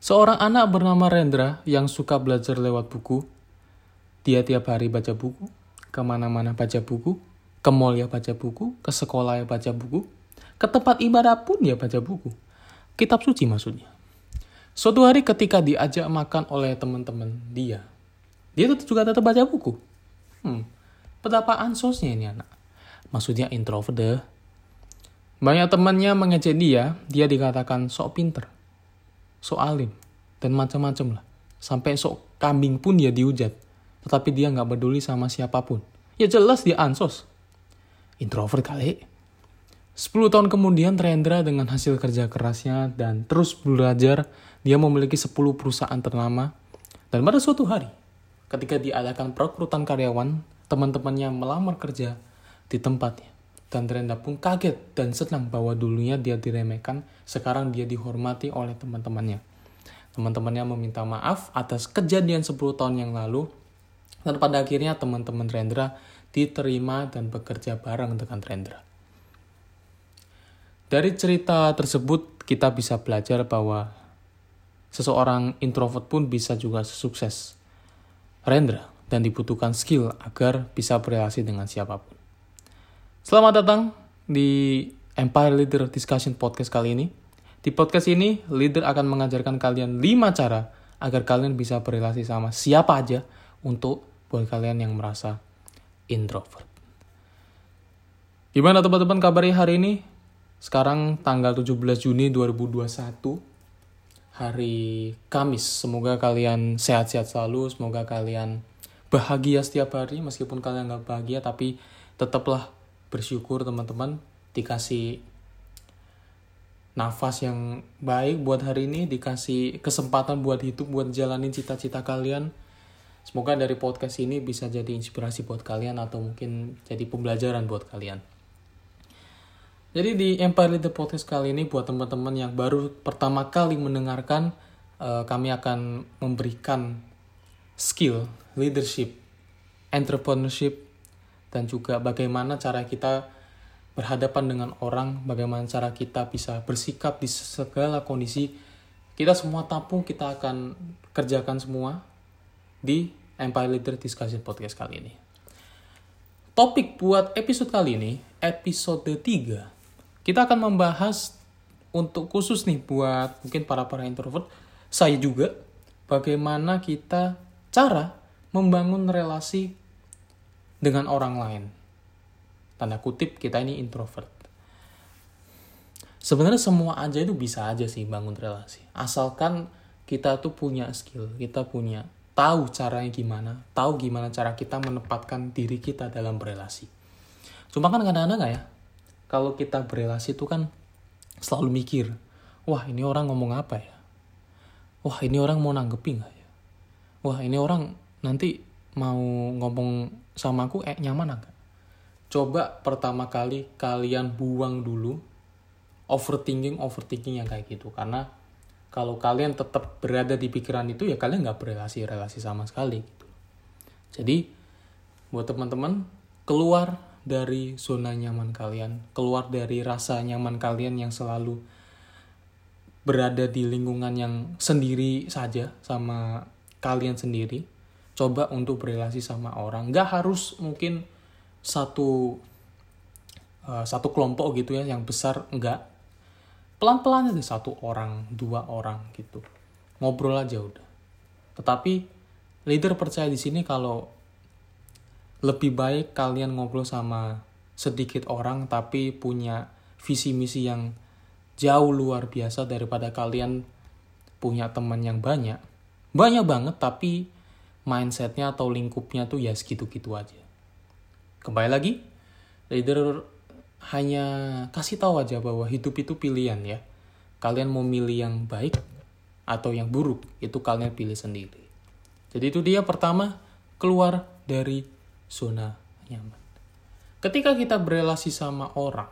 Seorang anak bernama Rendra yang suka belajar lewat buku. Dia tiap hari baca buku, kemana-mana baca buku, ke mall ya baca buku, ke sekolah ya baca buku, ke tempat ibadah pun ya baca buku. Kitab suci maksudnya. Suatu hari ketika diajak makan oleh teman-teman dia juga tetap baca buku. Betapa ansosnya ini anak. Maksudnya introvert deh. Banyak temannya mengejek dia dikatakan sok pinter, sok alim, dan macam-macam lah. Sampai sok kambing pun dia dihujat. Tetapi dia gak peduli sama siapapun. Ya jelas dia ansos. Introvert kali. 10 tahun kemudian Rendra dengan hasil kerja kerasnya dan terus belajar, dia memiliki 10 perusahaan ternama. Dan pada suatu hari, ketika diadakan perekrutan karyawan, teman-temannya melamar kerja di tempatnya. Dan Rendra pun kaget dan senang bahwa dulunya dia diremehkan, sekarang dia dihormati oleh teman-temannya. Teman-temannya meminta maaf atas kejadian 10 tahun yang lalu, dan pada akhirnya teman-teman Rendra diterima dan bekerja bareng dengan Rendra. Dari cerita tersebut kita bisa belajar bahwa seseorang introvert pun bisa juga sukses Rendra dan dibutuhkan skill agar bisa berrelasi dengan siapapun. Selamat datang di Empire Leader Discussion Podcast kali ini. Di podcast ini, leader akan mengajarkan kalian 5 cara agar kalian bisa berrelasi sama siapa aja untuk buat kalian yang merasa introvert. Gimana teman-teman kabarnya hari ini? Sekarang tanggal 17 Juni 2021, hari Kamis. Semoga kalian sehat-sehat selalu, semoga kalian bahagia setiap hari. Meskipun kalian gak bahagia, tapi tetaplah bersyukur teman-teman, dikasih nafas yang baik buat hari ini, dikasih kesempatan buat hidup, buat jalanin cita-cita kalian. Semoga dari podcast ini bisa jadi inspirasi buat kalian atau mungkin jadi pembelajaran buat kalian. Jadi di Empire Leader Podcast kali ini buat teman-teman yang baru pertama kali mendengarkan, kami akan memberikan skill, leadership, entrepreneurship, dan juga bagaimana cara kita berhadapan dengan orang, bagaimana cara kita bisa bersikap di segala kondisi. Kita semua tampung, kita akan kerjakan semua di Empire Leader Discussion Podcast kali ini. Topik buat episode kali ini, episode 3. Kita akan membahas untuk khusus nih buat mungkin para introvert, saya juga, bagaimana kita cara membangun relasi dengan orang lain. Tanda kutip kita ini introvert. Sebenarnya semua aja itu bisa aja sih bangun relasi. Asalkan kita tuh punya skill, kita punya tahu caranya gimana, tahu gimana cara kita menempatkan diri kita dalam berelasi. Cuma kan kadang-kadang ya, kalau kita berelasi itu kan selalu mikir, wah ini orang ngomong apa ya? Wah ini orang mau nanggepin gak ya? Wah ini orang nanti mau ngomong sama aku nyaman gak? Coba pertama kali kalian buang dulu overthinking yang kayak gitu. Karena kalau kalian tetap berada di pikiran itu ya kalian gak berrelasi sama sekali gitu. Jadi buat teman-teman, keluar dari zona nyaman kalian, keluar dari rasa nyaman kalian yang selalu berada di lingkungan yang sendiri saja sama kalian sendiri. Coba untuk berrelasi sama orang, gak harus mungkin satu kelompok gitu ya yang besar, enggak. Pelan-pelan aja 1 orang, 2 orang gitu. Ngobrol aja udah. Tetapi leader percaya di sini kalau lebih baik kalian ngobrol sama sedikit orang tapi punya visi misi yang jauh luar biasa daripada kalian punya teman yang banyak banget tapi mindsetnya atau lingkupnya tuh ya segitu-gitu aja. Kembali lagi, leader hanya kasih tahu aja bahwa hidup itu pilihan ya. Kalian mau milih yang baik atau yang buruk, itu kalian pilih sendiri. Jadi itu dia pertama, keluar dari zona nyaman. Ketika kita berrelasi sama orang,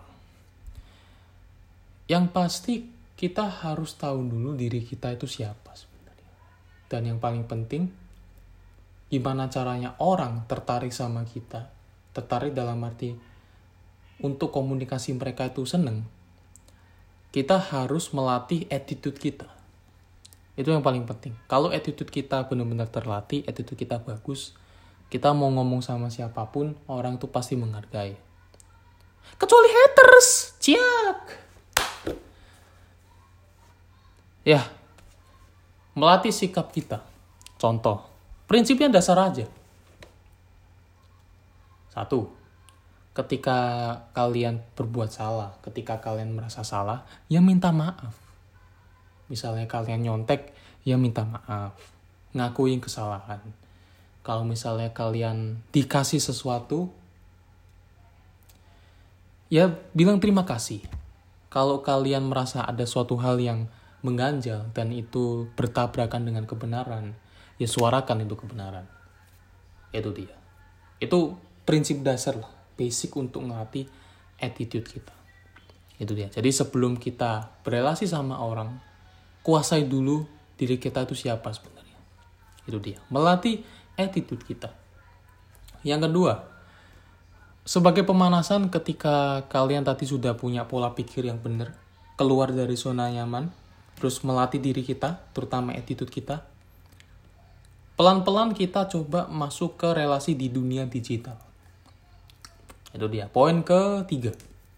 yang pasti kita harus tahu dulu diri kita itu siapa sebenarnya. Dan yang paling penting, gimana caranya orang tertarik sama kita. Tertarik dalam arti untuk komunikasi mereka itu seneng. Kita harus melatih attitude kita. Itu yang paling penting. Kalau attitude kita benar-benar terlatih, attitude kita bagus, kita mau ngomong sama siapapun, orang tuh pasti menghargai. Kecuali haters, ciak. Ya, melatih sikap kita. Contoh, prinsipnya dasar aja. 1. Ketika kalian berbuat salah, ketika kalian merasa salah, ya minta maaf. Misalnya kalian nyontek, ya minta maaf. Ngakuin kesalahan. Kalau misalnya kalian dikasih sesuatu, ya bilang terima kasih. Kalau kalian merasa ada suatu hal yang mengganjal dan itu bertabrakan dengan kebenaran, ya suarakan itu kebenaran. Itu dia. Itu prinsip dasar lah, basic untuk melatih attitude kita. Itu dia. Jadi sebelum kita berrelasi sama orang, kuasai dulu diri kita itu siapa sebenarnya. Itu dia. Melatih attitude kita. Yang kedua, sebagai pemanasan ketika kalian tadi sudah punya pola pikir yang benar, keluar dari zona nyaman, terus melatih diri kita, terutama attitude kita, pelan-pelan kita coba masuk ke relasi di dunia digital. Itu dia. Poin ketiga.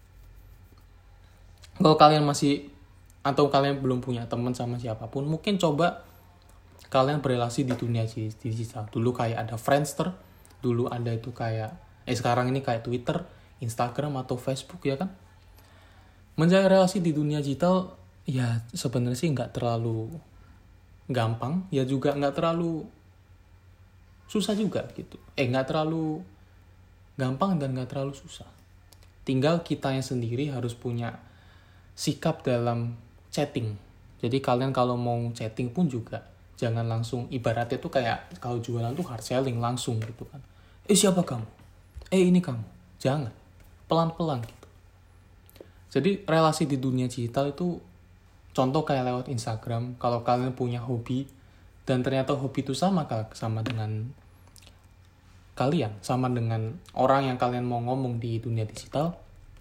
Kalau kalian masih, atau kalian belum punya teman sama siapapun, mungkin coba kalian berrelasi di dunia digital. Dulu kayak ada Friendster, dulu ada itu kayak, sekarang ini kayak Twitter, Instagram, atau Facebook, ya kan? Menjalin relasi di dunia digital, ya sebenarnya sih nggak terlalu gampang, ya juga nggak terlalu susah juga gitu. Nggak terlalu gampang dan nggak terlalu susah. Tinggal kitanya sendiri harus punya sikap dalam chatting. Jadi kalian kalau mau chatting pun juga jangan langsung, ibaratnya tuh kayak kalau jualan tuh hard selling langsung gitu kan. Siapa kamu? Ini kamu. Jangan. Pelan-pelan gitu. Jadi relasi di dunia digital itu contoh kayak lewat Instagram. Kalau kalian punya hobi dan ternyata hobi itu sama dengan kalian, sama dengan orang yang kalian mau ngomong di dunia digital,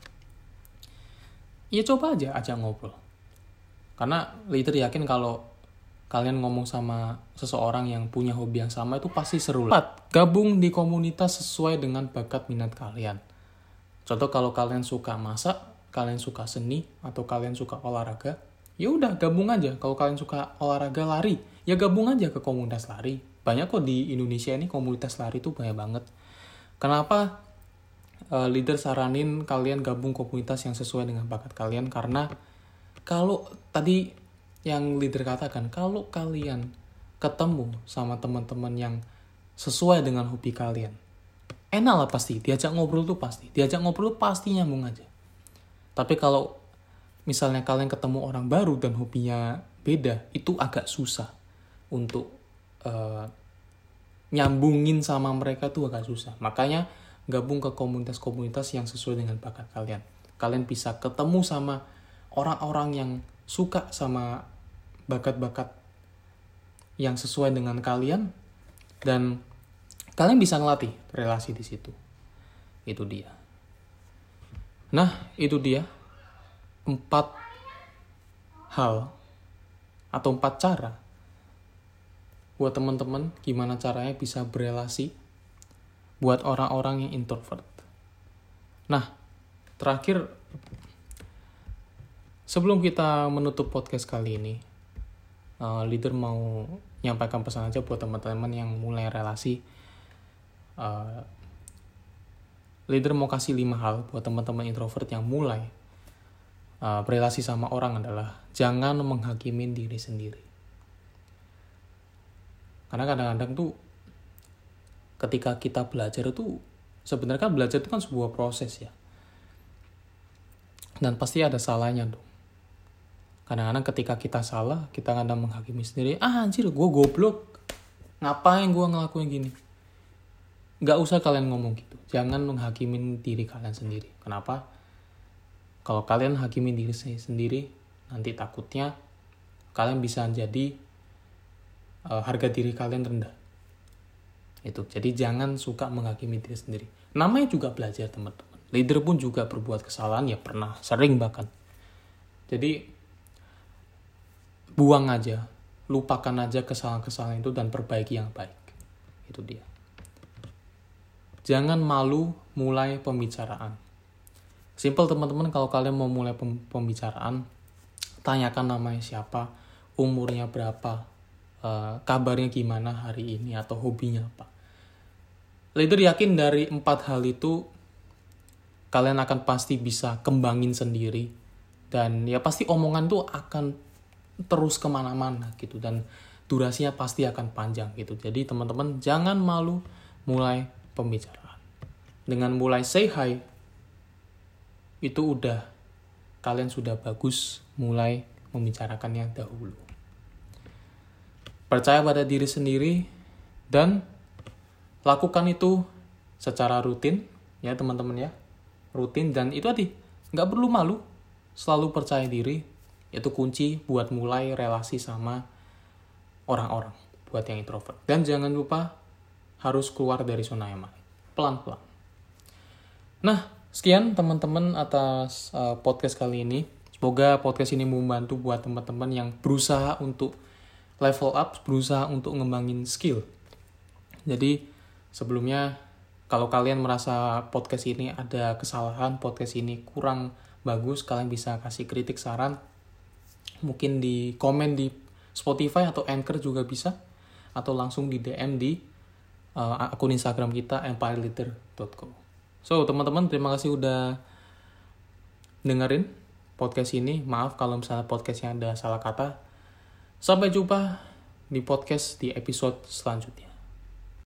ya coba aja ajak ngobrol. Karena leader yakin kalau kalian ngomong sama seseorang yang punya hobi yang sama itu pasti seru. 4. Gabung di komunitas sesuai dengan bakat minat kalian. Contoh kalau kalian suka masak, kalian suka seni, atau kalian suka olahraga, ya udah gabung aja. Kalau kalian suka olahraga lari, ya gabung aja ke komunitas lari. Banyak kok di Indonesia ini komunitas lari tuh banyak banget. Kenapa leader saranin kalian gabung komunitas yang sesuai dengan bakat kalian? Karena kalau tadi yang leader katakan, kalau kalian ketemu sama teman-teman yang sesuai dengan hobi kalian, enak lah pasti, diajak ngobrol tuh pasti nyambung aja. Tapi kalau misalnya kalian ketemu orang baru dan hobinya beda, itu agak susah untuk nyambungin sama mereka tuh agak susah. Makanya gabung ke komunitas-komunitas yang sesuai dengan bakat kalian. Kalian bisa ketemu sama orang-orang yang suka sama bakat-bakat yang sesuai dengan kalian, dan kalian bisa ngelatih relasi di situ. Itu dia. Nah, itu dia 4 hal atau 4 cara buat teman-teman gimana caranya bisa berelasi buat orang-orang yang introvert. Nah, terakhir, sebelum kita menutup podcast kali ini, leader mau nyampaikan pesan aja buat teman-teman yang mulai relasi. Leader mau kasih 5 hal buat teman-teman introvert yang mulai berelasi sama orang adalah jangan menghakimi diri sendiri. Karena kadang-kadang tuh ketika kita belajar itu, sebenarnya kan belajar itu kan sebuah proses ya. Dan pasti ada salahnya dong. Kadang-kadang ketika kita salah, kita kadang menghakimi sendiri, anjir gue goblok, ngapain gue ngelakuin gini. Gak usah kalian ngomong gitu. Jangan menghakimin diri kalian sendiri. Kenapa? Kalau kalian hakimin diri sendiri, nanti takutnya kalian bisa jadi harga diri kalian rendah. Itu. Jadi jangan suka menghakimi diri sendiri. Namanya juga belajar, teman-teman. Leader pun juga berbuat kesalahan, ya pernah, sering bahkan. Jadi buang aja lupakan aja kesalahan-kesalahan itu dan perbaiki yang baik. Itu dia. Jangan malu mulai pembicaraan. Simple teman-teman, kalau kalian mau mulai pembicaraan, tanyakan namanya siapa, umurnya berapa, kabarnya gimana hari ini, atau hobinya apa. Leader yakin dari 4 hal itu, kalian akan pasti bisa kembangin sendiri. Dan ya pasti omongan tuh akan terus kemana-mana gitu. Dan durasinya pasti akan panjang gitu. Jadi teman-teman jangan malu mulai pembicaraan. Dengan mulai say hi, itu udah kalian sudah bagus mulai membicarakannya dahulu. Percaya pada diri sendiri dan lakukan itu secara rutin ya teman-teman ya. Rutin dan itu tadi, nggak perlu malu, selalu percaya diri. Itu kunci buat mulai relasi sama orang-orang, buat yang introvert. Dan jangan lupa harus keluar dari zona nyaman, pelan-pelan. Nah, sekian teman-teman atas podcast kali ini. Semoga podcast ini membantu buat teman-teman yang berusaha untuk level up, berusaha untuk ngembangin skill. Jadi, sebelumnya kalau kalian merasa podcast ini ada kesalahan, podcast ini kurang bagus, kalian bisa kasih kritik saran. Mungkin di komen di Spotify atau Anchor juga bisa. Atau langsung di DM di akun Instagram kita, empireleader.co. So, teman-teman, terima kasih udah dengerin podcast ini. Maaf kalau misalnya podcastnya ada salah kata. Sampai jumpa di podcast di episode selanjutnya.